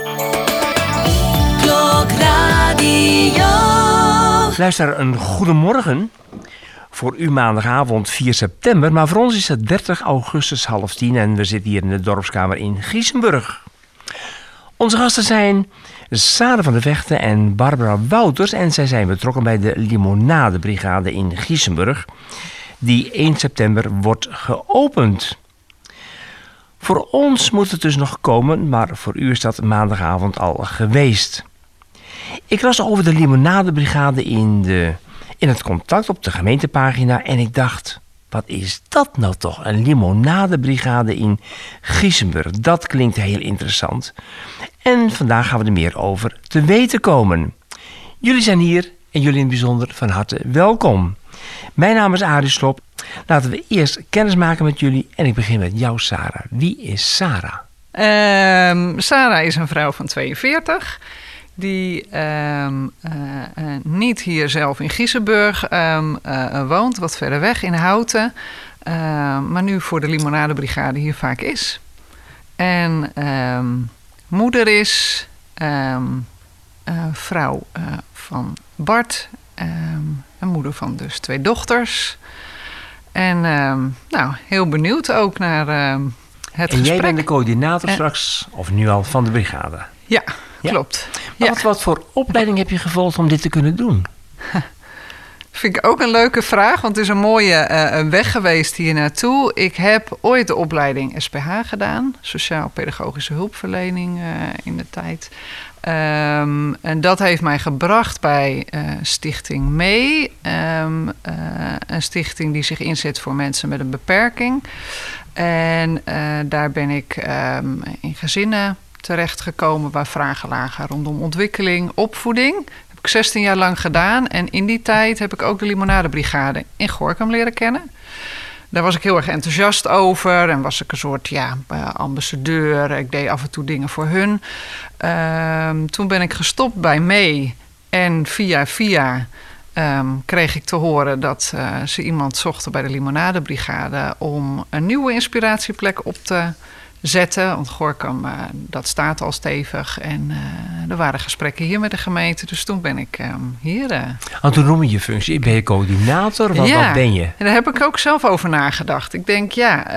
Klokradio. Luister, een goedemorgen. Voor u maandagavond 4 september, maar voor ons is het 30 augustus 9:30 en we zitten hier in de dorpskamer in Giesenburg. Onze gasten zijn Sarah van der Vechten en Barbara Wouters en zij zijn betrokken bij de Limonadebrigade in Giesenburg, die 1 september wordt geopend. Voor ons moet het dus nog komen, maar voor u is dat maandagavond al geweest. Ik las over de Limonadebrigade in het contact op de gemeentepagina en ik dacht, wat is dat nou toch? Een limonadebrigade in Giesenburg. Dat klinkt heel interessant. En vandaag gaan we er meer over te weten komen. Jullie zijn hier en jullie in het bijzonder van harte welkom. Mijn naam is Arie Slop. Laten we eerst kennis maken met jullie en ik begin met jou, Sarah. Wie is Sarah? Sarah is een vrouw van 42... die niet hier zelf in Giesenburg woont, wat verder weg in Houten, maar nu voor de Limonadebrigade hier vaak is. En moeder is, vrouw van Bart, en moeder van dus 2 dochters. En heel benieuwd ook naar het gesprek. En jij bent de coördinator straks, of nu al, van de brigade? Ja. Klopt. Ja. Wat voor opleiding heb je gevolgd om dit te kunnen doen? Vind ik ook een leuke vraag, want het is een mooie weg geweest hier naartoe. Ik heb ooit de opleiding SPH gedaan, Sociaal-Pedagogische Hulpverlening in de tijd. En dat heeft mij gebracht bij Stichting Mee. Een stichting die zich inzet voor mensen met een beperking. En daar ben ik in gezinnen terechtgekomen waar vragen lagen rondom ontwikkeling, opvoeding. Dat heb ik 16 jaar lang gedaan. En in die tijd heb ik ook de Limonadebrigade in Gorinchem leren kennen. Daar was ik heel erg enthousiast over. En was ik een soort ambassadeur. Ik deed af en toe dingen voor hun. Toen ben ik gestopt bij Mee. En via kreeg ik te horen dat ze iemand zochten bij de Limonadebrigade om een nieuwe inspiratieplek op te zetten. Want Gorinchem, dat staat al stevig. En er waren gesprekken hier met de gemeente. Dus toen ben ik hier. En toen noem je je functie. Ben je coördinator? Wat ben je? En daar heb ik ook zelf over nagedacht. Ik denk,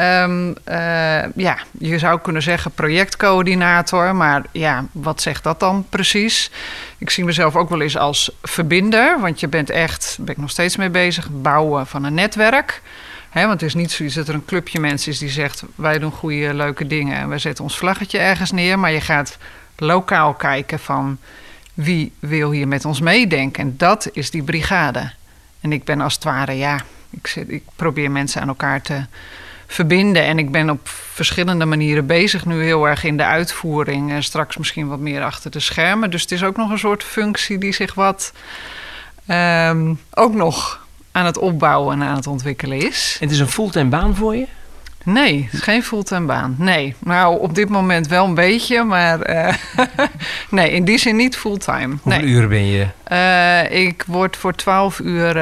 je zou kunnen zeggen projectcoördinator. Maar ja, wat zegt dat dan precies? Ik zie mezelf ook wel eens als verbinder. Want je bent echt, daar ben ik nog steeds mee bezig, bouwen van een netwerk. Want het is niet zoiets dat er een clubje mensen is die zegt, wij doen goede, leuke dingen en wij zetten ons vlaggetje ergens neer. Maar je gaat lokaal kijken van wie wil hier met ons meedenken. En dat is die brigade. En ik ben als het ware, ik probeer mensen aan elkaar te verbinden. En ik ben op verschillende manieren bezig nu heel erg in de uitvoering. En straks misschien wat meer achter de schermen. Dus het is ook nog een soort functie die zich wat ook nog aan het opbouwen en aan het ontwikkelen is. En het is een fulltime baan voor je? Nee, het is geen fulltime baan. Nee, nou op dit moment wel een beetje, maar nee, in die zin niet fulltime. Hoeveel uren ben je? Ik word voor 12 uur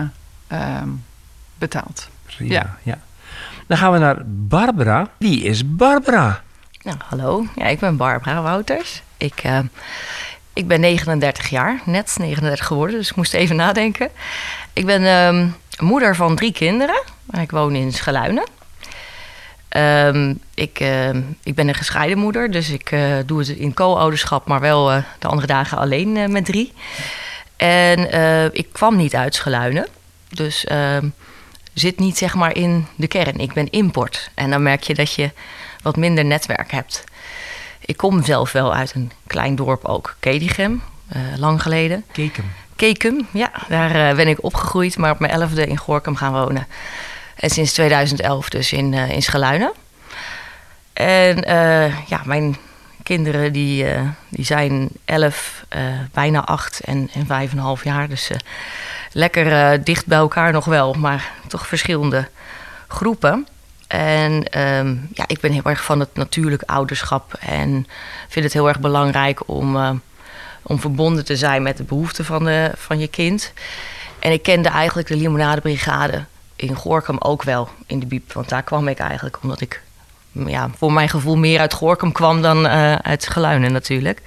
betaald. Ja. Dan gaan we naar Barbara. Wie is Barbara? Nou, hallo, ik ben Barbara Wouters. Ik ben 39 jaar, net 39 geworden, dus ik moest even nadenken. Ik ben moeder van 3 kinderen. Ik woon in Scheluinen. Ik ben een gescheiden moeder, dus ik doe het in co-ouderschap, maar wel de andere dagen alleen met 3. En ik kwam niet uit Scheluinen, dus zit niet zeg maar in de kern. Ik ben import en dan merk je dat je wat minder netwerk hebt. Ik kom zelf wel uit een klein dorp ook, Kedichem, lang geleden. Kekum, ja, daar ben ik opgegroeid, maar op mijn 11e in Gorinchem gaan wonen. En sinds 2011 dus in Scheluinen. En mijn kinderen die zijn 11, bijna 8 en 5,5 jaar. Dus lekker dicht bij elkaar nog wel, maar toch verschillende groepen. En ik ben heel erg van het natuurlijk ouderschap en vind het heel erg belangrijk om verbonden te zijn met de behoeften van je kind. En ik kende eigenlijk de Limonadebrigade in Gorinchem ook wel in de Biep. Want daar kwam ik eigenlijk omdat ik voor mijn gevoel meer uit Gorinchem kwam dan uit Geluinen natuurlijk.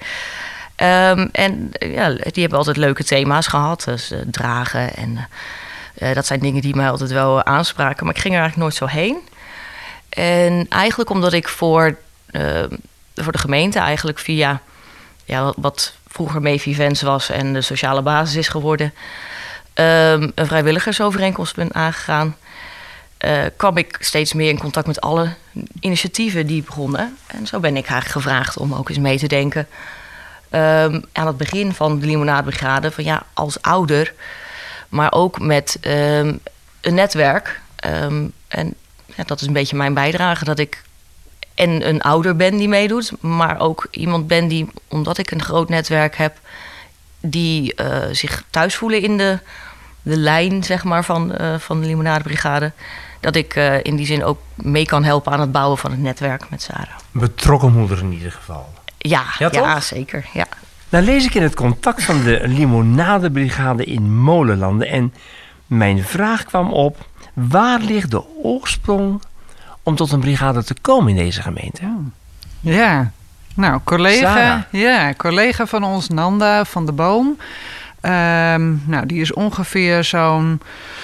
Die hebben altijd leuke thema's gehad. Dus dragen en dat zijn dingen die mij altijd wel aanspraken. Maar ik ging er eigenlijk nooit zo heen. En eigenlijk omdat ik voor de gemeente eigenlijk via wat vroeger Mevivens was en de sociale basis is geworden, een vrijwilligersovereenkomst ben aangegaan, kwam ik steeds meer in contact met alle initiatieven die begonnen. En zo ben ik haar gevraagd om ook eens mee te denken aan het begin van de Limonadebrigade, van als ouder, maar ook met een netwerk. Dat is een beetje mijn bijdrage, dat ik en een ouder ben die meedoet, maar ook iemand ben die, omdat ik een groot netwerk heb, die zich thuis voelen in de lijn, zeg maar, van de Limonadebrigade, dat ik in die zin ook mee kan helpen aan het bouwen van het netwerk met Sarah. Betrokken moeder in ieder geval. Ja, zeker. Ja. Nou lees ik in het contact van de Limonadebrigade in Molenlanden en mijn vraag kwam op: waar ligt de oorsprong om tot een brigade te komen in deze gemeente? Ja, nou, collega van ons, Nanda van de Boom. Die is ongeveer zo'n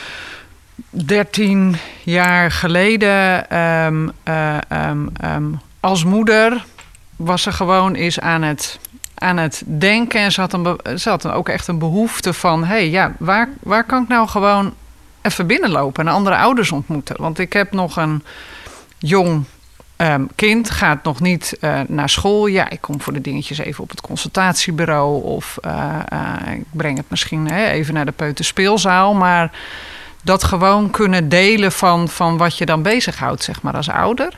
13 jaar geleden als moeder was ze gewoon eens aan het denken. En ze had ook echt een behoefte van, waar kan ik nou gewoon even binnenlopen en andere ouders ontmoeten? Want ik heb nog een jong kind, gaat nog niet naar school. Ja, ik kom voor de dingetjes even op het consultatiebureau of ik breng het misschien even naar de peuterspeelzaal. Maar dat gewoon kunnen delen van wat je dan bezighoudt, zeg maar, als ouder.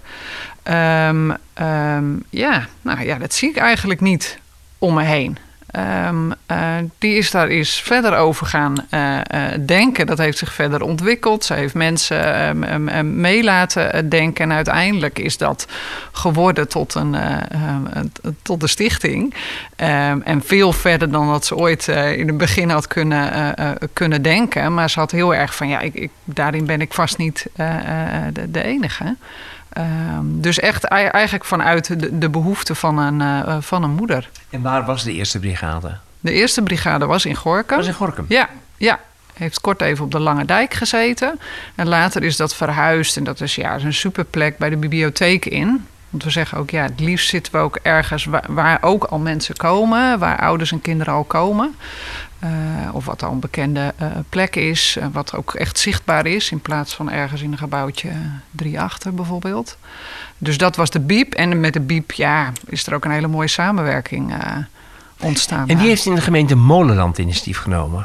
Dat zie ik eigenlijk niet om me heen. Die is daar eens verder over gaan denken. Dat heeft zich verder ontwikkeld. Ze heeft mensen mee laten denken. En uiteindelijk is dat geworden tot de stichting. En veel verder dan dat ze ooit in het begin had kunnen denken. Maar ze had heel erg van, daarin ben ik vast niet de enige. Dus echt eigenlijk vanuit de behoefte van een moeder. En waar was de eerste brigade? De eerste brigade was in Gorinchem. Was in Gorinchem? Ja. Heeft kort even op de Lange Dijk gezeten. En later is dat verhuisd. En dat is een superplek bij de bibliotheek in. Want we zeggen ook, het liefst zitten we ook ergens waar ook al mensen komen. Waar ouders en kinderen al komen. Of wat al een bekende plek is. Wat ook echt zichtbaar is. In plaats van ergens in een gebouwtje 3 achter bijvoorbeeld. Dus dat was de BIEB. En met de BIEB is er ook een hele mooie samenwerking ontstaan. En die heeft in de gemeente Molenland initiatief genomen?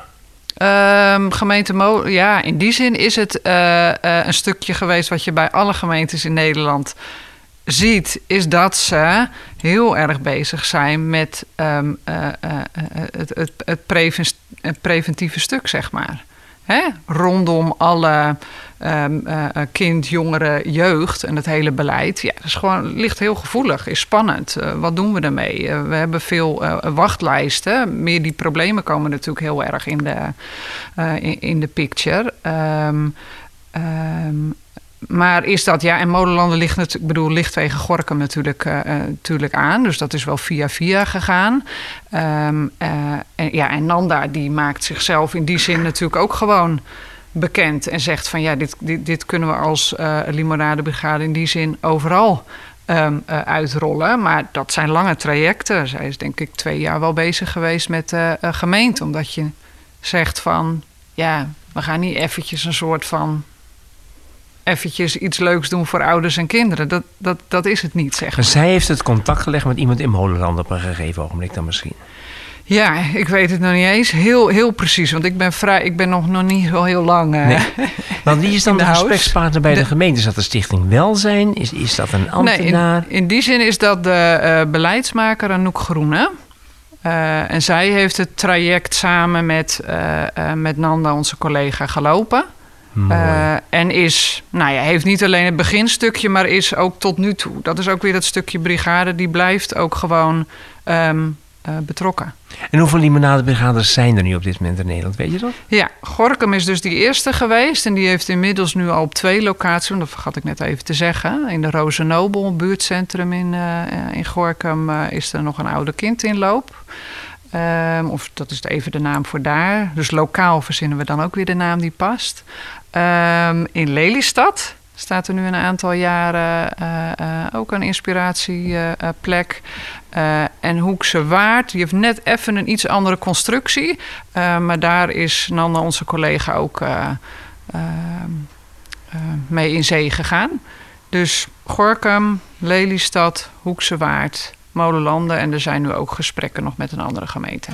In die zin is het een stukje geweest wat je bij alle gemeentes in Nederland ziet, is dat ze heel erg bezig zijn met het preventieve stuk, zeg maar. Rondom alle kind, jongeren, jeugd en het hele beleid. Ja, dat is gewoon, ligt heel gevoelig, is spannend. Wat doen we ermee? We hebben veel wachtlijsten. Meer die problemen komen natuurlijk heel erg in de picture. Maar is dat, en Molenlanden ligt tegen Gorinchem natuurlijk aan. Dus dat is wel via gegaan. En Nanda die maakt zichzelf in die zin natuurlijk ook gewoon bekend. En zegt van dit kunnen we als Limonadebrigade in die zin overal uitrollen. Maar dat zijn lange trajecten. Zij is denk ik 2 jaar wel bezig geweest met de gemeente. Omdat je zegt van, we gaan niet eventjes een soort van eventjes iets leuks doen voor ouders en kinderen. Dat is het niet, zeg maar. Zij heeft het contact gelegd met iemand in Molenland op een gegeven ogenblik dan misschien? Ja, ik weet het nog niet eens heel, heel precies. Want ik ben nog niet zo heel lang Want wie is dan de gesprekspartner bij de gemeente? Is dat de Stichting Welzijn? Is dat een ambtenaar? Nee, in die zin is dat de beleidsmaker Anouk Groene. En zij heeft het traject samen met Nanda, onze collega, gelopen. En heeft niet alleen het beginstukje, maar is ook tot nu toe. Dat is ook weer dat stukje brigade, die blijft ook gewoon betrokken. En hoeveel limonadebrigades zijn er nu op dit moment in Nederland? Weet je dat? Ja, Gorinchem is dus die eerste geweest. En die heeft inmiddels nu al op 2 locaties. Dat vergat ik net even te zeggen. In de Rozenobel, een buurtcentrum in Gorinchem, is er nog een oude kindinloop. Of dat is even de naam voor daar. Dus lokaal verzinnen we dan ook weer de naam die past. In Lelystad staat er nu een aantal jaren ook een inspiratieplek. En Hoekse Waard, die heeft net even een iets andere constructie. Maar daar is Nanda, onze collega, ook mee in zee gegaan. Dus Gorinchem, Lelystad, Hoekse Waard, Molenlanden. En er zijn nu ook gesprekken nog met een andere gemeente.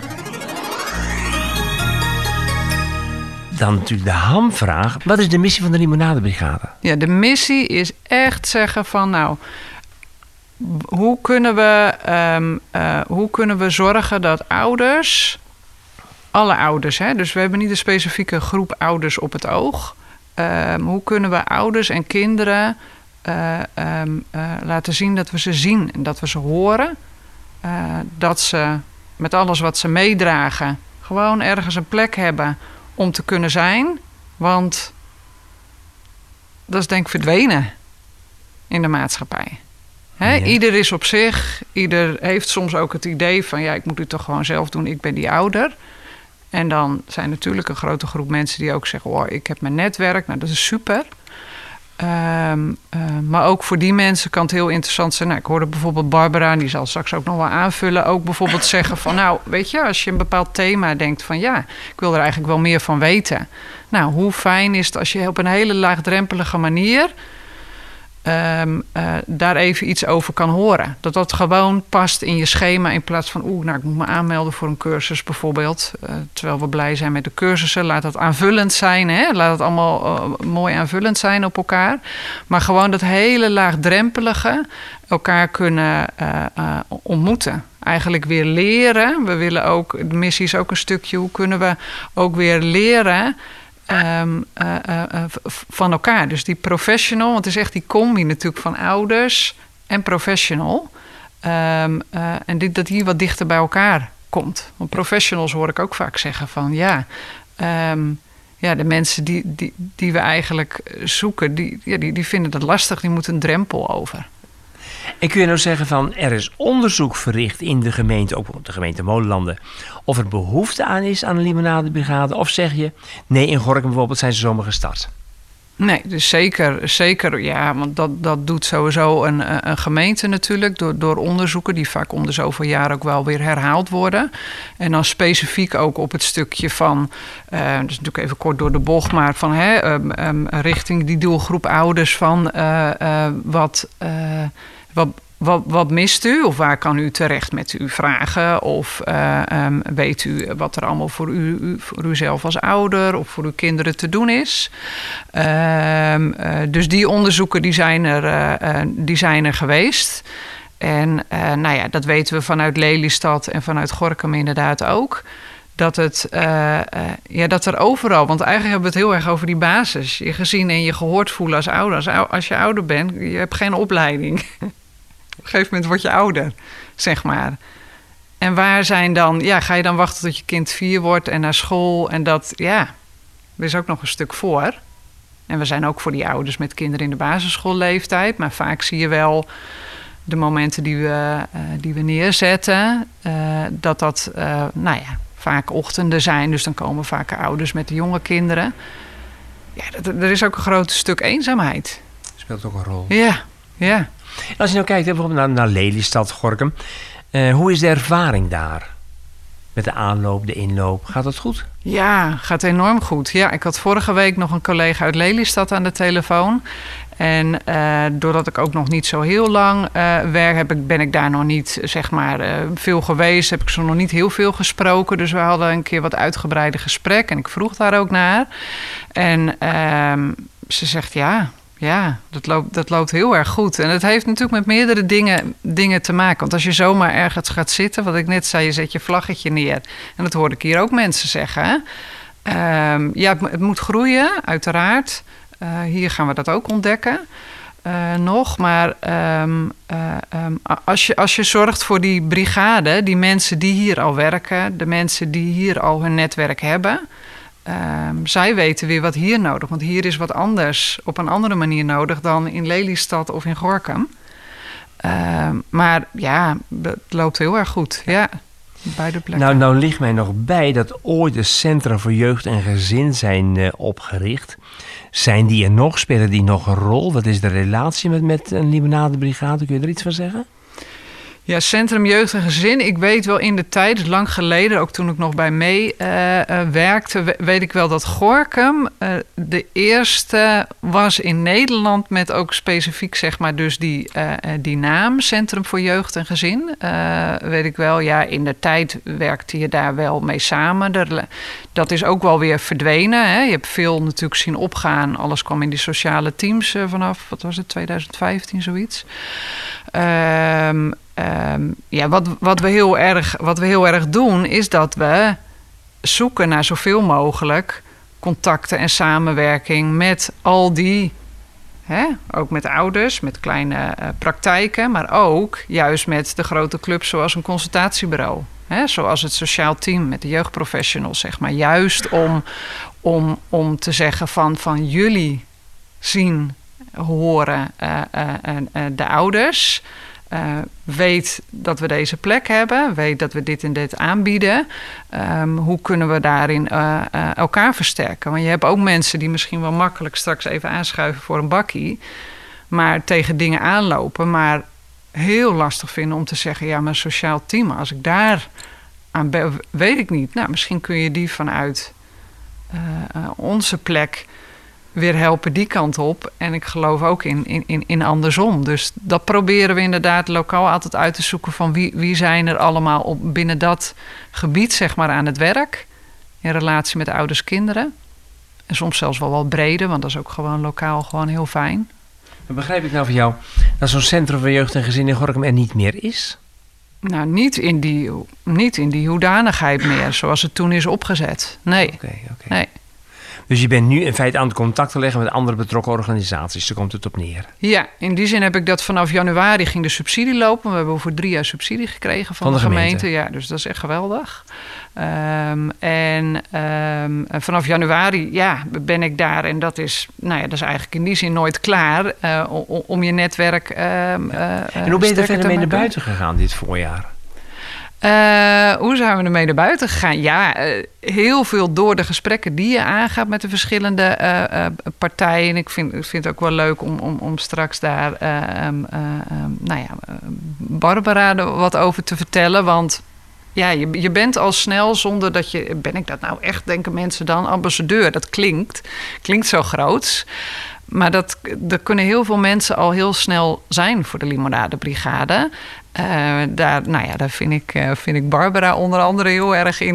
Dan natuurlijk de hamvraag. Wat is de missie van de limonadebrigade? Ja, de missie is echt zeggen van nou, hoe kunnen we zorgen dat ouders, alle ouders, hè, dus we hebben niet een specifieke groep ouders op het oog. Hoe kunnen we ouders en kinderen laten zien dat we ze zien en dat we ze horen. Dat ze met alles wat ze meedragen gewoon ergens een plek hebben om te kunnen zijn. Want dat is denk ik verdwenen in de maatschappij. Hè? Ja. Ieder is op zich. Ieder heeft soms ook het idee van ja, ik moet het toch gewoon zelf doen. Ik ben die ouder. En dan zijn natuurlijk een grote groep mensen die ook zeggen, oh, ik heb mijn netwerk. Nou, dat is super. Maar ook voor die mensen kan het heel interessant zijn. Nou, ik hoorde bijvoorbeeld Barbara, die zal straks ook nog wel aanvullen, ook bijvoorbeeld zeggen van nou, weet je, als je een bepaald thema denkt van ja, ik wil er eigenlijk wel meer van weten. Nou, hoe fijn is het als je op een hele laagdrempelige manier daar even iets over kan horen. Dat dat gewoon past in je schema in plaats van ik moet me aanmelden voor een cursus bijvoorbeeld. Terwijl we blij zijn met de cursussen. Laat dat aanvullend zijn. Hè? Laat het allemaal mooi aanvullend zijn op elkaar. Maar gewoon dat hele laagdrempelige elkaar kunnen ontmoeten. Eigenlijk weer leren. We willen ook, de missie is ook een stukje, hoe kunnen we ook weer leren van elkaar. Dus die professional, want het is echt die combi natuurlijk van ouders en professional. En dat hier wat dichter bij elkaar komt. Want professionals hoor ik ook vaak zeggen van ja, de mensen die we eigenlijk zoeken, die vinden dat lastig, die moeten een drempel over. En kun je nou zeggen van er is onderzoek verricht in de gemeente, ook op de gemeente Molenlanden, of er behoefte aan is aan een limonadebrigade? Of zeg je, nee, in Gorinchem bijvoorbeeld zijn ze zomaar gestart? Nee, dus zeker ja, want dat doet sowieso een gemeente natuurlijk door onderzoeken die vaak om de zoveel jaar ook wel weer herhaald worden. En dan specifiek ook op het stukje van, dus natuurlijk even kort door de bocht, maar van richting die doelgroep ouders van wat mist u? Of waar kan u terecht met uw vragen? Of weet u wat er allemaal voor uzelf als ouder of voor uw kinderen te doen is? Dus die onderzoeken die zijn er geweest. En dat weten we vanuit Lelystad en vanuit Gorinchem inderdaad ook. Dat dat er overal, want eigenlijk hebben we het heel erg over die basis. Je gezien en je gehoord voelen als ouder. Als je ouder bent, je hebt geen opleiding. Op een gegeven moment word je ouder, zeg maar. En waar zijn dan, ga je dan wachten tot je kind 4 wordt en naar school? En dat, er is ook nog een stuk voor. En we zijn ook voor die ouders met kinderen in de basisschoolleeftijd. Maar vaak zie je wel de momenten die we neerzetten, dat vaak ochtenden zijn. Dus dan komen vaak ouders met de jonge kinderen. Ja, er is ook een groot stuk eenzaamheid. Speelt ook een rol. Ja. Als je nou kijkt bijvoorbeeld naar Lelystad, Gorinchem. Hoe is de ervaring daar? Met de aanloop, de inloop. Gaat dat goed? Ja, gaat enorm goed. Ja, ik had vorige week nog een collega uit Lelystad aan de telefoon. En doordat ik ook nog niet zo heel lang werk, ben ik daar nog niet veel geweest. Heb ik ze nog niet heel veel gesproken. Dus we hadden een keer wat uitgebreide gesprek. En ik vroeg daar ook naar. En ze zegt ja, dat loopt heel erg goed. En het heeft natuurlijk met meerdere dingen te maken. Want als je zomaar ergens gaat zitten, wat ik net zei, je zet je vlaggetje neer. En dat hoorde ik hier ook mensen zeggen. Het moet groeien, uiteraard. Hier gaan we dat ook ontdekken. nog. Maar als je zorgt voor die brigade, die mensen die hier al werken, de mensen die hier al hun netwerk hebben, zij weten weer wat hier nodig. Want hier is wat anders, op een andere manier nodig dan in Lelystad of in Gorinchem. Maar ja, het loopt heel erg goed. Ja, beide plekken. Nou ligt mij nog bij dat ooit de Centra voor Jeugd en Gezin zijn opgericht. Zijn die er nog? Spelen die nog een rol? Wat is de relatie met een limonadebrigade? Kun je er iets van zeggen? Ja, Centrum Jeugd en Gezin. Ik weet wel in de tijd, lang geleden, ook toen ik nog bij mee werkte, weet ik wel dat Gorinchem de eerste was in Nederland met ook specifiek, zeg maar, dus die naam, Centrum voor Jeugd en Gezin. Weet ik wel, ja, in de tijd werkte je daar wel mee samen. Dat is ook wel weer verdwenen. Hè? Je hebt veel natuurlijk zien opgaan. Alles kwam in die sociale teams vanaf, wat was het, 2015, zoiets. Ja, wat we heel erg doen, is dat we zoeken naar zoveel mogelijk contacten en samenwerking met al die, ook met ouders, met kleine praktijken, maar ook juist met de grote clubs zoals een consultatiebureau. Zoals het sociaal team met de jeugdprofessionals, zeg maar. Juist om te zeggen van jullie zien, horen de ouders. Weet dat we deze plek hebben. Weet dat we dit en dit aanbieden. Hoe kunnen we daarin elkaar versterken? Want je hebt ook mensen die misschien wel makkelijk straks even aanschuiven voor een bakkie. Maar tegen dingen aanlopen. Maar heel lastig vinden om te zeggen, ja, mijn sociaal team, als ik daar aan ben, weet ik niet. Nou, misschien kun je die vanuit onze plek weer helpen die kant op. En ik geloof ook in andersom. Dus dat proberen we inderdaad lokaal altijd uit te zoeken van wie zijn er allemaal binnen dat gebied, zeg maar, aan het werk. In relatie met ouders, kinderen. En soms zelfs wel wat breder, want dat is ook gewoon lokaal gewoon heel fijn. Begrijp ik nou van jou dat zo'n Centrum voor Jeugd en Gezin in Gorinchem er niet meer is? Nou, niet in die hoedanigheid meer, zoals het toen is opgezet. Nee. Oké. Nee. Dus je bent nu in feite aan het contact te leggen met andere betrokken organisaties. Daar komt het op neer. Ja, in die zin heb ik dat vanaf januari ging de subsidie lopen. We hebben voor 3 jaar subsidie gekregen van de gemeente. Ja, dus dat is echt geweldig. Vanaf januari ben ik daar. En dat is, dat is eigenlijk in die zin nooit klaar om je netwerk en hoe ben je er verder mee naar buiten gegaan dit voorjaar? Hoe zijn we ermee naar buiten gegaan? Ja, heel veel door de gesprekken die je aangaat met de verschillende partijen. En ik vind het ook wel leuk om straks daar Barbara er wat over te vertellen. Want ja, je bent al snel zonder dat je... Ben ik dat nou echt, denken mensen dan? Ambassadeur, dat klinkt zo groots. Maar er kunnen heel veel mensen al heel snel zijn voor de Limonadebrigade. Daar vind ik Barbara onder andere heel erg in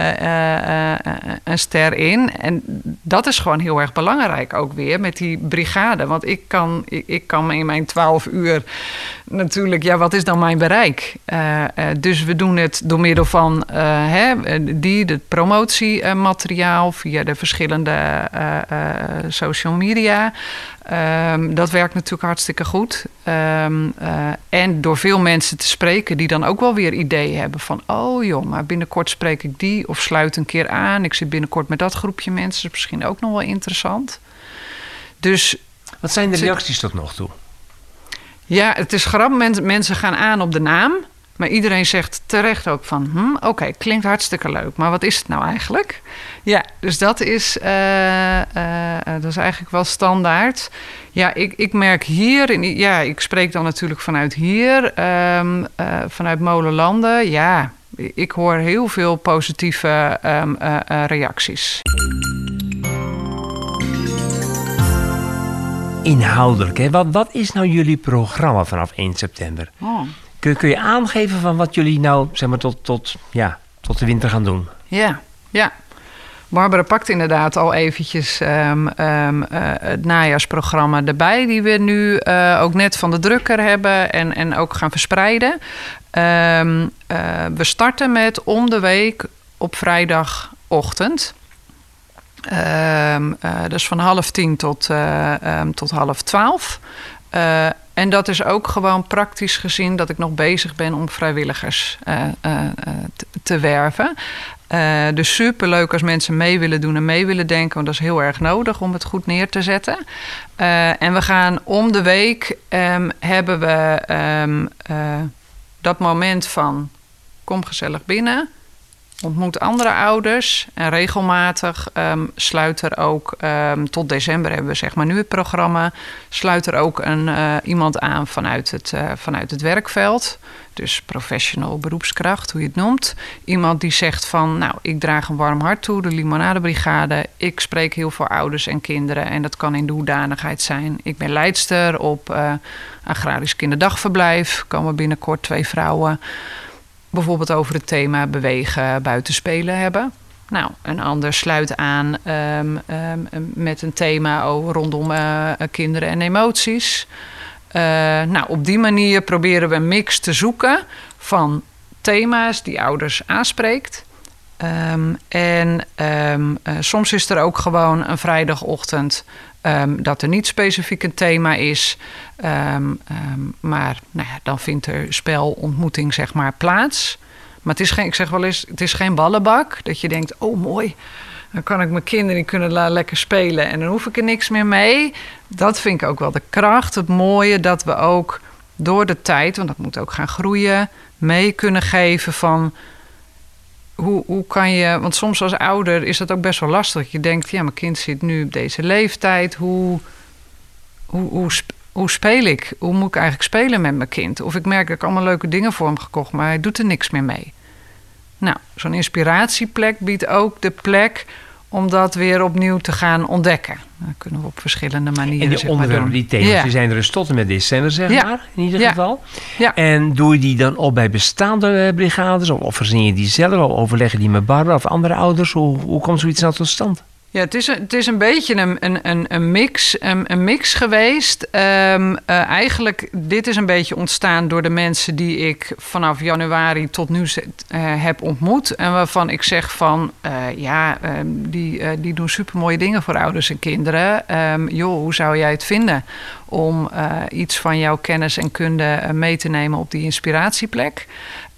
een ster in. En dat is gewoon heel erg belangrijk ook weer met die brigade. Want ik kan in mijn 12 uur natuurlijk... Ja, wat is dan mijn bereik? Dus we doen het door middel van het promotiemateriaal via de verschillende social media. Dat werkt natuurlijk hartstikke goed. En door veel mensen te spreken die dan ook wel weer ideeën hebben van... oh joh, maar binnenkort spreek ik die of sluit een keer aan. Ik zit binnenkort met dat groepje mensen. Dat is misschien ook nog wel interessant. Dus... Wat zijn de reacties tot nog toe? Ja, het is grappig. Mensen gaan aan op de naam. Maar iedereen zegt terecht ook van... oké, klinkt hartstikke leuk. Maar wat is het nou eigenlijk? Ja, dus dat is eigenlijk wel standaard. Ja, ik merk hier... ik spreek dan natuurlijk vanuit hier. Vanuit Molenlanden. Ja, ik hoor heel veel positieve reacties. Inhoudelijk, hè? Wat is nou jullie programma vanaf 1 september? Oh. Kun je aangeven van wat jullie nou, zeg maar, tot de winter gaan doen? Ja. Barbara pakt inderdaad al eventjes het najaarsprogramma erbij... die we nu ook net van de drukker hebben en ook gaan verspreiden. We starten met om de week op vrijdagochtend... dus van 11:30 tot 11:30. En dat is ook gewoon praktisch gezien dat ik nog bezig ben om vrijwilligers te werven. Dus superleuk als mensen mee willen doen en mee willen denken. Want dat is heel erg nodig om het goed neer te zetten. En we gaan om de week hebben we dat moment van kom gezellig binnen. Ontmoet andere ouders. En regelmatig sluit er ook, tot december hebben we zeg maar nu het programma, sluit er ook iemand aan vanuit het werkveld. Dus professional, beroepskracht, hoe je het noemt. Iemand die zegt van, nou, ik draag een warm hart toe, de Limonadebrigade. Ik spreek heel veel ouders en kinderen en dat kan in de hoedanigheid zijn. Ik ben leidster op agrarisch kinderdagverblijf. Komen binnenkort 2 vrouwen bijvoorbeeld over het thema bewegen, buitenspelen hebben. Nou, een ander sluit aan met een thema rondom kinderen en emoties. Nou, op die manier proberen we een mix te zoeken van thema's die ouders aanspreekt. Soms is er ook gewoon een vrijdagochtend dat er niet specifiek een thema is. Maar nou ja, dan vindt er spelontmoeting zeg maar plaats. Maar het is geen, ik zeg wel eens, het is geen ballenbak. Dat je denkt, oh mooi, dan kan ik mijn kinderen, die kunnen lekker spelen. En dan hoef ik er niks meer mee. Dat vind ik ook wel de kracht, het mooie dat we ook door de tijd, want dat moet ook gaan groeien, mee kunnen geven van hoe kan je, want soms als ouder is dat ook best wel lastig. Je denkt, ja, mijn kind zit nu op deze leeftijd. Hoe speel ik? Hoe moet ik eigenlijk spelen met mijn kind? Of ik merk dat ik allemaal leuke dingen voor hem gekocht, maar hij doet er niks meer mee. Nou, zo'n inspiratieplek biedt ook de plek om dat weer opnieuw te gaan ontdekken. Dat kunnen we op verschillende manieren en die zeg maar, onderwerpen, doen. die thema's, die zijn er dus tot en met december, zeg maar, in ieder geval. Ja. En doe je die dan op bij bestaande brigades? Of verzin je die zelf? Of overleggen die met Barbara of andere ouders? Hoe komt zoiets nou tot stand? Ja, het is een beetje een mix geweest. Eigenlijk, dit is een beetje ontstaan door de mensen die ik vanaf januari tot nu heb ontmoet. En waarvan ik zeg van, die doen supermooie dingen voor ouders en kinderen. Joh, hoe zou jij het vinden om iets van jouw kennis en kunde mee te nemen op die inspiratieplek?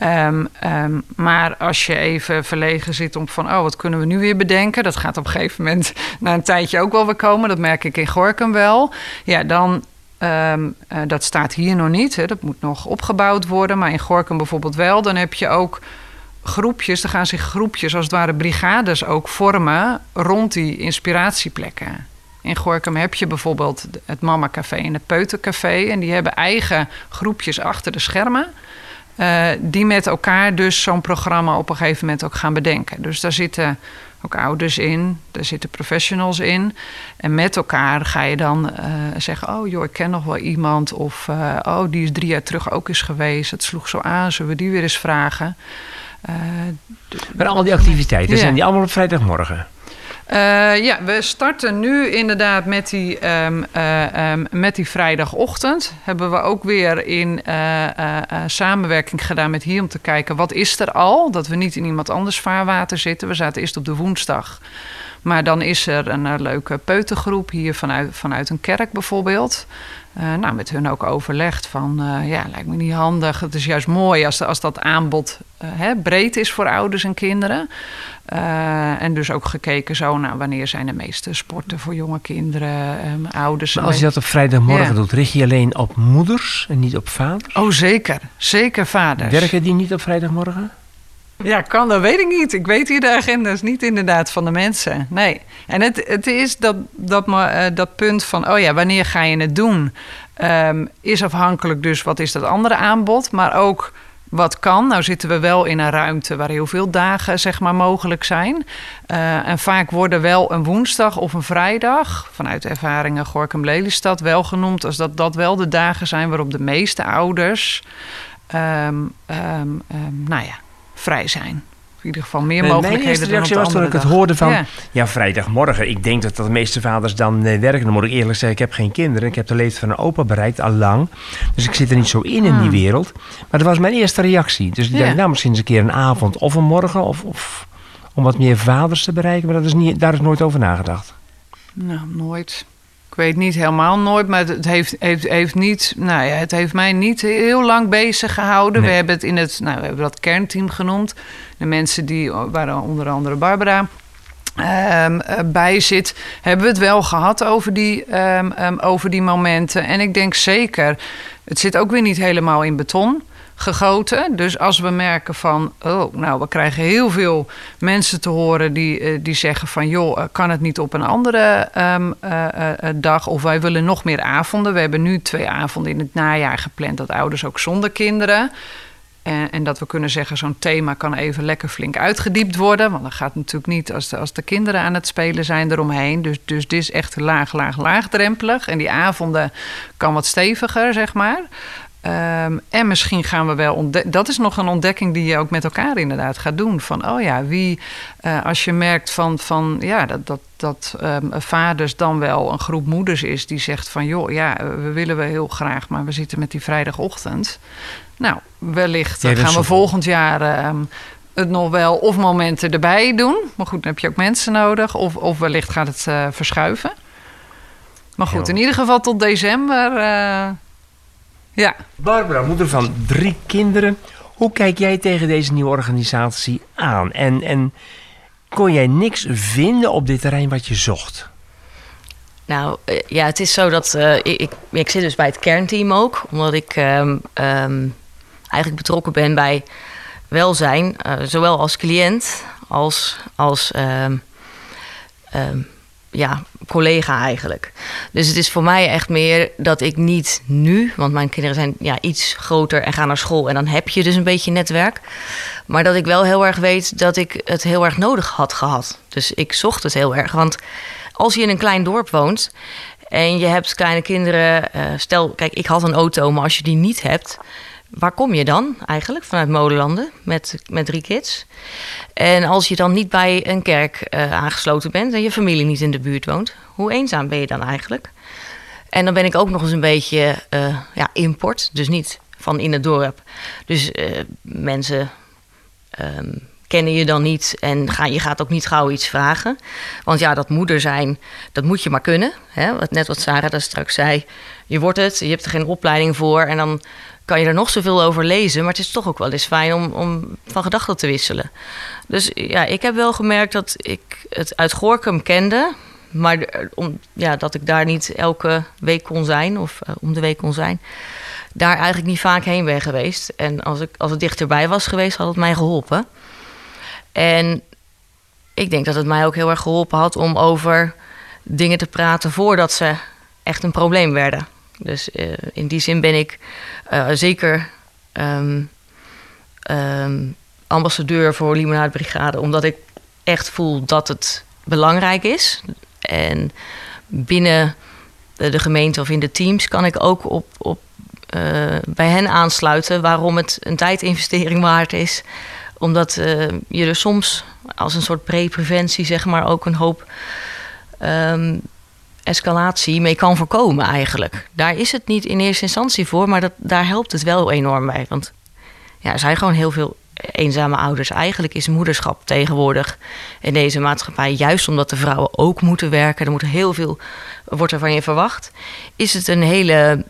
Maar als je even verlegen zit om van, wat kunnen we nu weer bedenken? Dat gaat op een gegeven moment na een tijdje ook wel weer komen. Dat merk ik in Gorinchem wel. Ja, dan, dat staat hier nog niet. Hè. Dat moet nog opgebouwd worden. Maar in Gorinchem bijvoorbeeld wel. Dan heb je ook groepjes. Dan gaan zich groepjes, als het ware brigades ook vormen rond die inspiratieplekken. In Gorinchem heb je bijvoorbeeld het Mama Café en het Peutercafé. En die hebben eigen groepjes achter de schermen. Die met elkaar dus zo'n programma op een gegeven moment ook gaan bedenken. Dus daar zitten ook ouders in, daar zitten professionals in. En met elkaar ga je dan zeggen, oh joh, ik ken nog wel iemand. Of die is 3 jaar terug ook eens geweest. Het sloeg zo aan, zullen we die weer eens vragen? Maar al die activiteiten, zijn die allemaal op vrijdagmorgen? We starten nu inderdaad met die vrijdagochtend. Hebben we ook weer in samenwerking gedaan met hier om te kijken, wat is er al? Dat we niet in iemand anders vaarwater zitten. We zaten eerst op de woensdag. Maar dan is er een leuke peutergroep hier vanuit een kerk bijvoorbeeld. Met hun ook overlegd van, lijkt me niet handig. Het is juist mooi als dat aanbod breed is voor ouders en kinderen. En dus ook gekeken zo, wanneer zijn de meeste sporten voor jonge kinderen, ouders. Maar als je dat op vrijdagmorgen doet, richt je alleen op moeders en niet op vaders? Oh, zeker. Zeker vaders. Werken die niet op vrijdagmorgen? Ja, dat weet ik niet. Ik weet hier de agenda's niet inderdaad van de mensen. Nee. En het is dat punt van, wanneer ga je het doen? Is afhankelijk dus, wat is dat andere aanbod? Maar ook, wat kan? Nou zitten we wel in een ruimte waar heel veel dagen zeg maar mogelijk zijn. En vaak worden wel een woensdag of een vrijdag, vanuit de ervaringen Gorinchem-Lelystad, wel genoemd als dat wel de dagen zijn waarop de meeste ouders vrij zijn. In ieder geval meer mogelijkheden dan op de andere dag. Mijn eerste reactie was toen ik het hoorde van, vrijdagmorgen. Ik denk dat de meeste vaders dan werken. Dan moet ik eerlijk zeggen, ik heb geen kinderen. Ik heb de leeftijd van een opa bereikt, al lang. Dus ik zit er niet zo in die wereld. Maar dat was mijn eerste reactie. Dus ik denk, misschien eens een keer een avond of een morgen. Of om wat meer vaders te bereiken. Maar daar is nooit over nagedacht. Nou, nooit. Ik weet niet helemaal nooit, maar het heeft niet... Nou ja, het heeft mij niet heel lang bezig gehouden. Nee. We hebben het we hebben dat kernteam genoemd. De mensen die, waar onder andere Barbara bij zit, hebben we het wel gehad over die momenten. En ik denk zeker, het zit ook weer niet helemaal in beton gegoten. Dus als we merken van, we krijgen heel veel mensen te horen die zeggen van, joh, kan het niet op een andere dag? Of wij willen nog meer avonden. We hebben nu 2 avonden in het najaar gepland, dat ouders ook zonder kinderen. En dat we kunnen zeggen, zo'n thema kan even lekker flink uitgediept worden. Want dat gaat natuurlijk niet als de kinderen aan het spelen zijn eromheen. Dus dit is echt laagdrempelig. En die avonden kan wat steviger, zeg maar. En misschien gaan we wel dat is nog een ontdekking die je ook met elkaar inderdaad gaat doen. Van wie, als je merkt dat vaders dan wel een groep moeders is die zegt van, joh, ja, we willen wel heel graag, maar we zitten met die vrijdagochtend. Nou, wellicht gaan we volgend jaar het nog wel of momenten erbij doen. Maar goed, dan heb je ook mensen nodig. Of wellicht gaat het verschuiven. Maar goed, in ieder geval tot december. Ja. Barbara, moeder van 3 kinderen. Hoe kijk jij tegen deze nieuwe organisatie aan? En kon jij niks vinden op dit terrein wat je zocht? Nou, ja, het is zo dat ik zit dus bij het kernteam ook. Omdat ik eigenlijk betrokken ben bij welzijn. Zowel als cliënt als collega eigenlijk. Dus het is voor mij echt meer dat ik niet nu, want mijn kinderen zijn iets groter en gaan naar school en dan heb je dus een beetje netwerk. Maar dat ik wel heel erg weet dat ik het heel erg nodig had gehad. Dus ik zocht het heel erg. Want als je in een klein dorp woont en je hebt kleine kinderen, stel, kijk, ik had een auto, maar als je die niet hebt, waar kom je dan eigenlijk vanuit Molenlanden met 3 kids? En als je dan niet bij een kerk aangesloten bent en je familie niet in de buurt woont, hoe eenzaam ben je dan eigenlijk? En dan ben ik ook nog eens een beetje import, dus niet van in het dorp. Dus mensen kennen je dan niet en je gaat ook niet gauw iets vragen. Want ja, dat moeder zijn, dat moet je maar kunnen. Hè? Net wat Sarah daar straks zei, je wordt het, je hebt er geen opleiding voor en dan kan je er nog zoveel over lezen, maar het is toch ook wel eens fijn om van gedachten te wisselen. Dus ja, ik heb wel gemerkt dat ik het uit Gorinchem kende, maar dat ik daar niet elke week kon zijn of om de week kon zijn, daar eigenlijk niet vaak heen ben geweest. En als het dichterbij was geweest, had het mij geholpen. En ik denk dat het mij ook heel erg geholpen had om over dingen te praten voordat ze echt een probleem werden. Dus in die zin ben ik zeker ambassadeur voor Limonadebrigade, omdat ik echt voel dat het belangrijk is. En binnen de gemeente of in de teams kan ik ook bij hen aansluiten waarom het een tijdinvestering waard is. Omdat je er soms als een soort pre-preventie, zeg maar, ook een hoop escalatie mee kan voorkomen eigenlijk. Daar is het niet in eerste instantie voor, maar daar helpt het wel enorm bij. Want ja, er zijn gewoon heel veel eenzame ouders. Eigenlijk is moederschap tegenwoordig in deze maatschappij, juist omdat de vrouwen ook moeten werken, er moet heel veel, wordt er van je verwacht, is het een hele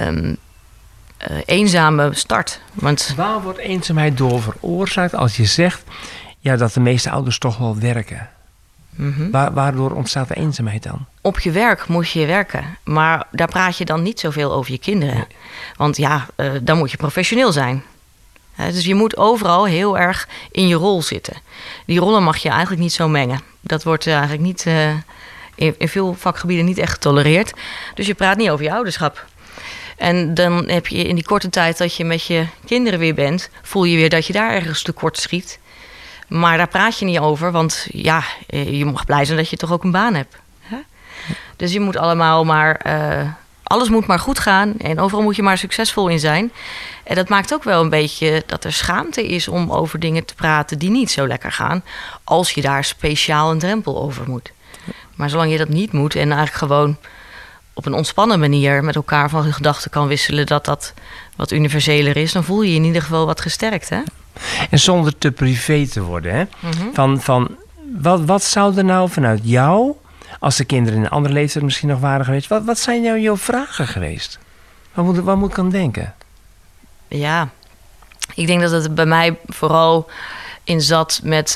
eenzame start. Want waar wordt eenzaamheid door veroorzaakt als je zegt dat de meeste ouders toch wel werken? Mm-hmm. Waardoor ontstaat de eenzaamheid dan? Op je werk moet je werken. Maar daar praat je dan niet zoveel over je kinderen. Nee. Want dan moet je professioneel zijn. Dus je moet overal heel erg in je rol zitten. Die rollen mag je eigenlijk niet zo mengen. Dat wordt eigenlijk niet in veel vakgebieden niet echt getolereerd. Dus je praat niet over je ouderschap. En dan heb je in die korte tijd dat je met je kinderen weer bent, voel je weer dat je daar ergens tekort schiet. Maar daar praat je niet over, want je mag blij zijn dat je toch ook een baan hebt. Hè? Dus je moet allemaal maar, alles moet maar goed gaan en overal moet je maar succesvol in zijn. En dat maakt ook wel een beetje dat er schaamte is om over dingen te praten die niet zo lekker gaan, als je daar speciaal een drempel over moet. Maar zolang je dat niet moet en eigenlijk gewoon op een ontspannen manier met elkaar van gedachten kan wisselen dat wat universeler is, dan voel je je in ieder geval wat gesterkt, hè? En zonder te privé te worden, hè? Mm-hmm. Wat zou er nou vanuit jou als de kinderen in een andere leeftijd misschien nog waren geweest. Wat zijn nou jouw vragen geweest? Waar moet ik aan denken? Ja, ik denk dat het bij mij vooral in zat met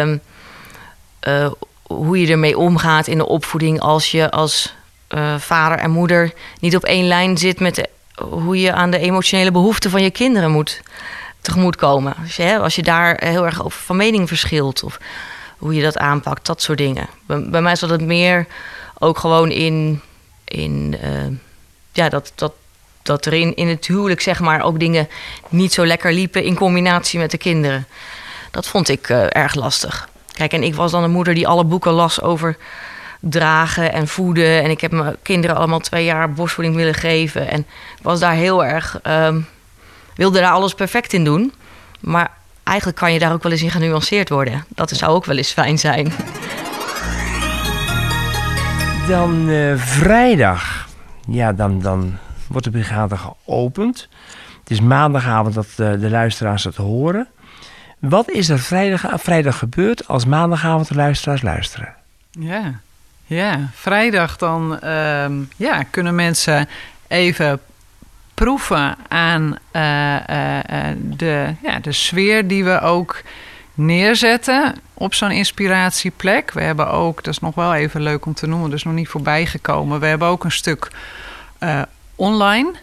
hoe je ermee omgaat in de opvoeding als je als vader en moeder niet op één lijn zit met hoe je aan de emotionele behoeften van je kinderen moet tegemoetkomen. Als je daar heel erg over van mening verschilt of hoe je dat aanpakt, dat soort dingen. Bij mij zat het meer ook gewoon in dat er in het huwelijk zeg maar ook dingen niet zo lekker liepen in combinatie met de kinderen. Dat vond ik erg lastig. Kijk, en ik was dan een moeder die alle boeken las over dragen en voeden. En ik heb mijn kinderen allemaal 2 jaar borstvoeding willen geven. En ik was daar heel erg... wilde daar alles perfect in doen. Maar eigenlijk kan je daar ook wel eens in genuanceerd worden. Dat zou ook wel eens fijn zijn. Dan vrijdag. Ja, dan wordt de brigade geopend. Het is maandagavond dat de luisteraars het horen. Wat is er vrijdag gebeurd als maandagavond de luisteraars luisteren? Ja, vrijdag dan kunnen mensen even proeven aan de sfeer die we ook neerzetten op zo'n inspiratieplek. We hebben ook, dat is nog wel even leuk om te noemen, dus nog niet voorbij gekomen. We hebben ook een stuk online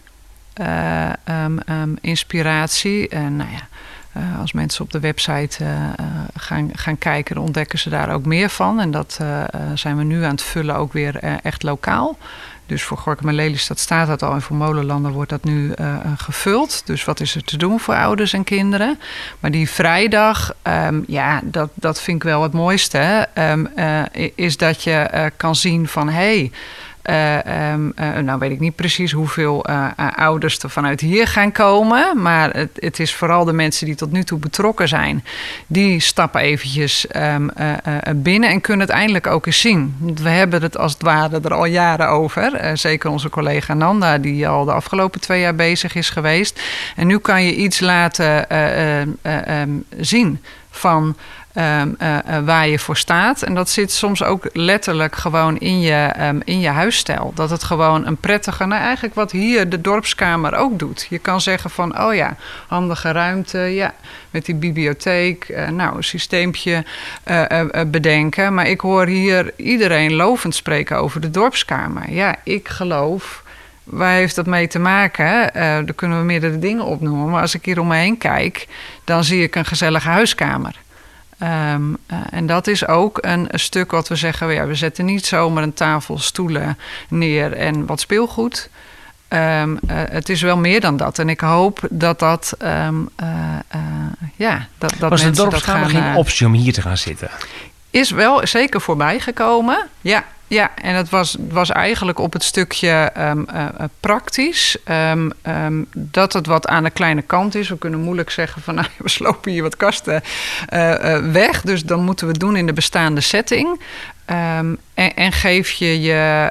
inspiratie. Als mensen op de website gaan kijken, dan ontdekken ze daar ook meer van. En dat zijn we nu aan het vullen ook weer echt lokaal. Dus voor Gorinchem en Lelystad staat dat al en voor Molenlanden wordt dat nu gevuld. Dus wat is er te doen voor ouders en kinderen? Maar die vrijdag, dat vind ik wel het mooiste. Is dat je kan zien van nou weet ik niet precies hoeveel ouders er vanuit hier gaan komen. Maar het is vooral de mensen die tot nu toe betrokken zijn. Die stappen eventjes binnen en kunnen het eindelijk ook eens zien. Want we hebben het als het ware er al jaren over. Zeker onze collega Nanda, die al de afgelopen 2 jaar bezig is geweest. En nu kan je iets laten zien van waar je voor staat. En dat zit soms ook letterlijk gewoon in je huisstijl. Dat het gewoon een prettige... Nou, eigenlijk wat hier de dorpskamer ook doet. Je kan zeggen van, handige ruimte, met die bibliotheek, een systeempje bedenken. Maar ik hoor hier iedereen lovend spreken over de dorpskamer. Ja, ik geloof... Waar heeft dat mee te maken? Daar kunnen we meerdere dingen opnoemen. Maar als ik hier om me heen kijk, dan zie ik een gezellige huiskamer. En dat is ook een stuk wat we zeggen... we zetten niet zomaar een tafel, stoelen neer en wat speelgoed. Het is wel meer dan dat. En ik hoop dat dat was de dorpskamer geen optie om hier te gaan zitten? Is wel zeker voorbij gekomen, ja, en het was eigenlijk op het stukje praktisch. Dat het wat aan de kleine kant is. We kunnen moeilijk zeggen van... we slopen hier wat kasten weg. Dus dan moeten we het doen in de bestaande setting. En geef je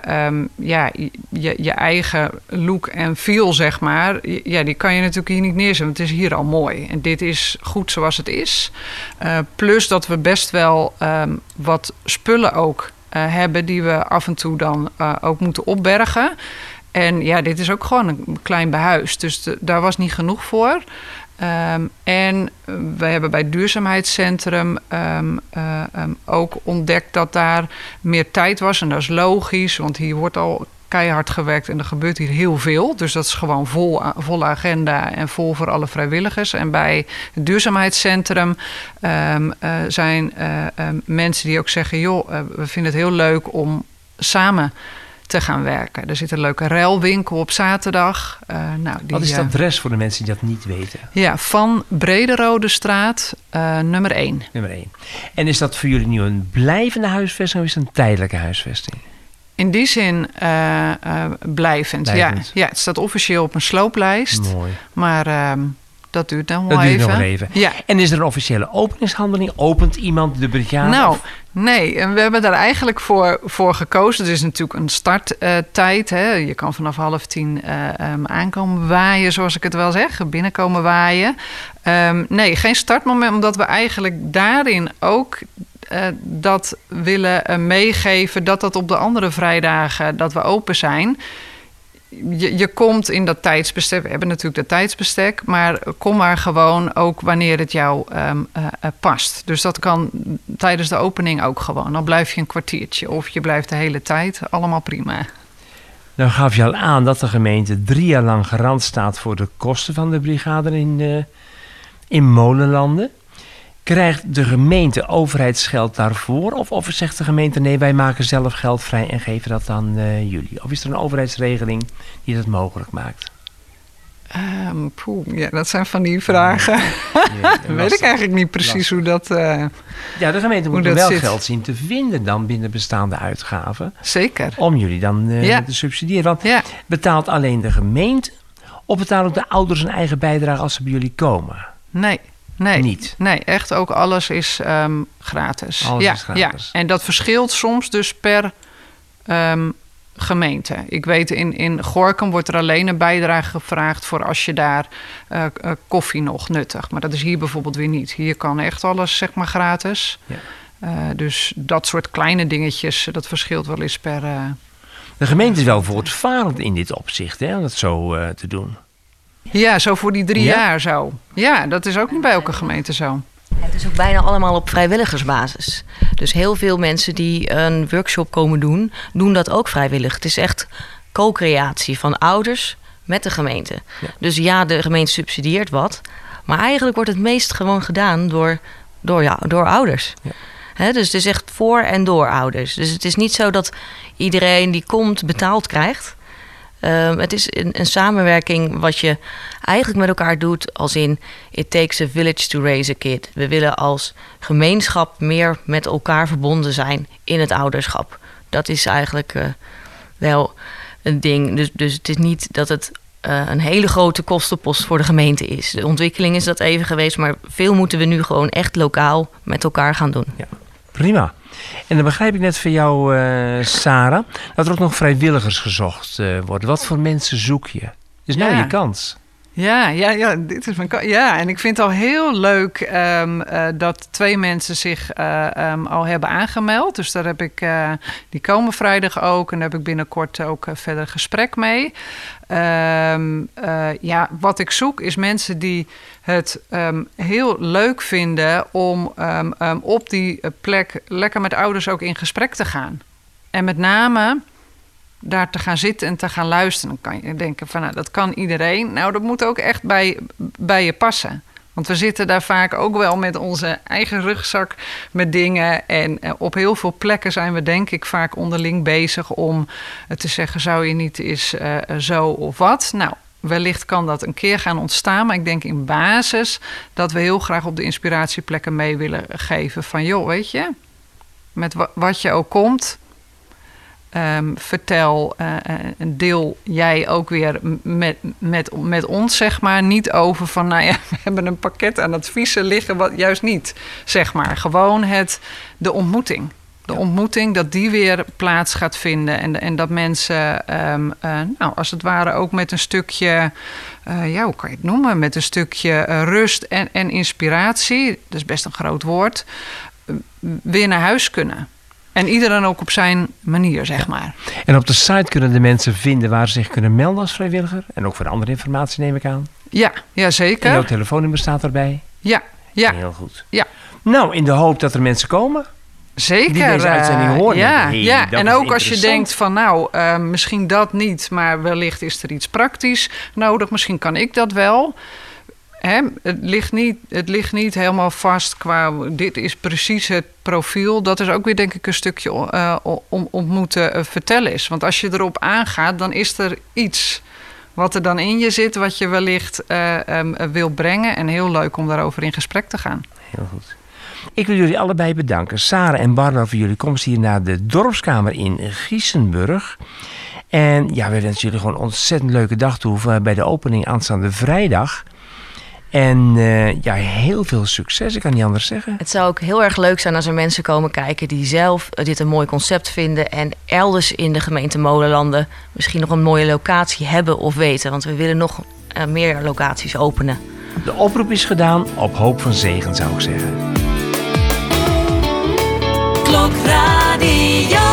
je eigen look en feel, zeg maar. Ja, die kan je natuurlijk hier niet neerzetten. Want het is hier al mooi. En dit is goed zoals het is. Plus dat we best wel wat spullen ook... hebben die we af en toe dan ook moeten opbergen. En dit is ook gewoon een klein behuis. Dus daar was niet genoeg voor. En we hebben bij het duurzaamheidscentrum ook ontdekt dat daar meer tijd was. En dat is logisch, want hier wordt al keihard gewerkt en er gebeurt hier heel veel. Dus dat is gewoon volle agenda en vol voor alle vrijwilligers. En bij het duurzaamheidscentrum zijn mensen die ook zeggen... we vinden het heel leuk om samen te gaan werken. Er zit een leuke ruilwinkel op zaterdag. Wat is dat adres voor de mensen die dat niet weten? Ja, van Brederodestraat, nummer 1. Nummer 1. En is dat voor jullie nu een blijvende huisvesting of is het een tijdelijke huisvesting? In die zin blijvend. Ja, het staat officieel op een slooplijst. Mooi. Maar dat duurt nog wel even. Ja. En is er een officiële openingshandeling? Opent iemand de brigade? Nou, nee. En we hebben daar eigenlijk voor gekozen. Het is natuurlijk een starttijd. Je kan vanaf 9:30 aankomen waaien, zoals ik het wel zeg. Binnenkomen waaien. Nee, geen startmoment, omdat we eigenlijk daarin ook... dat willen meegeven... dat op de andere vrijdagen dat we open zijn... Je komt in dat tijdsbestek. We hebben natuurlijk dat tijdsbestek. Maar kom maar gewoon ook wanneer het jou past. Dus dat kan tijdens de opening ook gewoon. Dan blijf je een kwartiertje of je blijft de hele tijd. Allemaal prima. Nou gaf je al aan dat de gemeente 3 jaar lang garant staat... voor de kosten van de brigade in Molenlanden. Krijgt de gemeente overheidsgeld daarvoor? Of zegt de gemeente nee, wij maken zelf geld vrij en geven dat aan jullie? Of is er een overheidsregeling die dat mogelijk maakt? Ja, dat zijn van die vragen. Weet ik eigenlijk niet precies hoe dat ja, de gemeente moet wel geld zien te vinden dan binnen bestaande uitgaven. Zeker. Om jullie dan te subsidiëren. Want betaalt alleen de gemeente of betalen ook de ouders een eigen bijdrage als ze bij jullie komen? Nee. Niet? Nee, echt ook alles is gratis. Alles is gratis. Ja. En dat verschilt soms dus per gemeente. Ik weet in Gorinchem wordt er alleen een bijdrage gevraagd... voor als je daar koffie nog nuttigt. Maar dat is hier bijvoorbeeld weer niet. Hier kan echt alles zeg maar gratis. Ja. Dus dat soort kleine dingetjes, dat verschilt wel eens per... De gemeente is wel voortvarend in dit opzicht, hè, om dat zo te doen. Ja, zo voor die 3 jaar zo. Ja, dat is ook niet bij elke gemeente zo. Het is ook bijna allemaal op vrijwilligersbasis. Dus heel veel mensen die een workshop komen doen, doen dat ook vrijwillig. Het is echt co-creatie van ouders met de gemeente. Ja. Dus ja, de gemeente subsidieert wat. Maar eigenlijk wordt het meest gewoon gedaan door ouders. Ja. Dus het is echt voor en door ouders. Dus het is niet zo dat iedereen die komt betaald krijgt. Het is een samenwerking wat je eigenlijk met elkaar doet als in... It takes a village to raise a kid. We willen als gemeenschap meer met elkaar verbonden zijn in het ouderschap. Dat is eigenlijk wel een ding. Dus het is niet dat het een hele grote kostenpost voor de gemeente is. De ontwikkeling is dat even geweest, maar veel moeten we nu gewoon echt lokaal met elkaar gaan doen. Ja, prima. En dan begrijp ik net van jou, Sarah, dat er ook nog vrijwilligers gezocht worden. Wat voor mensen zoek je? Dus nou je kans. Ja, dit is mijn kans. Ja, en ik vind het al heel leuk dat 2 mensen zich al hebben aangemeld. Dus daar heb ik, die komen vrijdag ook. En daar heb ik binnenkort ook verder gesprek mee. Wat ik zoek is mensen die het heel leuk vinden om op die plek lekker met ouders ook in gesprek te gaan. En met name daar te gaan zitten en te gaan luisteren. Dan kan je denken van, nou, dat kan iedereen. Nou, dat moet ook echt bij je passen. Want we zitten daar vaak ook wel met onze eigen rugzak met dingen. En op heel veel plekken zijn we denk ik vaak onderling bezig om te zeggen, zou je niet eens zo of wat? Nou, wellicht kan dat een keer gaan ontstaan. Maar ik denk in basis dat we heel graag op de inspiratieplekken mee willen geven. Van joh, weet je, met wat je ook komt, vertel, deel jij ook weer met ons, zeg maar. Niet over van, nou ja, we hebben een pakket aan adviezen liggen, wat juist niet, zeg maar. Gewoon de ontmoeting. De ontmoeting, dat die weer plaats gaat vinden. En dat mensen, als het ware ook met een stukje, hoe kan je het noemen? Met een stukje rust en inspiratie, dat is best een groot woord, weer naar huis kunnen. En iedereen ook op zijn manier, zeg maar. En op de site kunnen de mensen vinden waar ze zich kunnen melden als vrijwilliger. En ook voor andere informatie, neem ik aan. Ja, zeker. En jouw telefoonnummer staat erbij. Ja. Heel goed. Ja. Nou, in de hoop dat er mensen komen. Zeker. Die deze uitzending horen. Ja. En ook als je denkt van, misschien dat niet, maar wellicht is er iets praktisch nodig. Misschien kan ik dat wel. Het ligt niet helemaal vast qua dit is precies het profiel. Dat is ook weer denk ik een stukje om moeten vertellen is. Want als je erop aangaat, dan is er iets wat er dan in je zit, wat je wellicht wil brengen. En heel leuk om daarover in gesprek te gaan. Heel goed. Ik wil jullie allebei bedanken. Sarah en Barbara voor jullie komst hier naar de Dorpskamer in Giessenburg. En ja, we wensen jullie gewoon een ontzettend leuke dag toe bij de opening aanstaande vrijdag. En heel veel succes, ik kan niet anders zeggen. Het zou ook heel erg leuk zijn als er mensen komen kijken die zelf dit een mooi concept vinden en elders in de gemeente Molenlanden misschien nog een mooie locatie hebben of weten. Want we willen nog meer locaties openen. De oproep is gedaan op hoop van zegen, zou ik zeggen. Klokradio.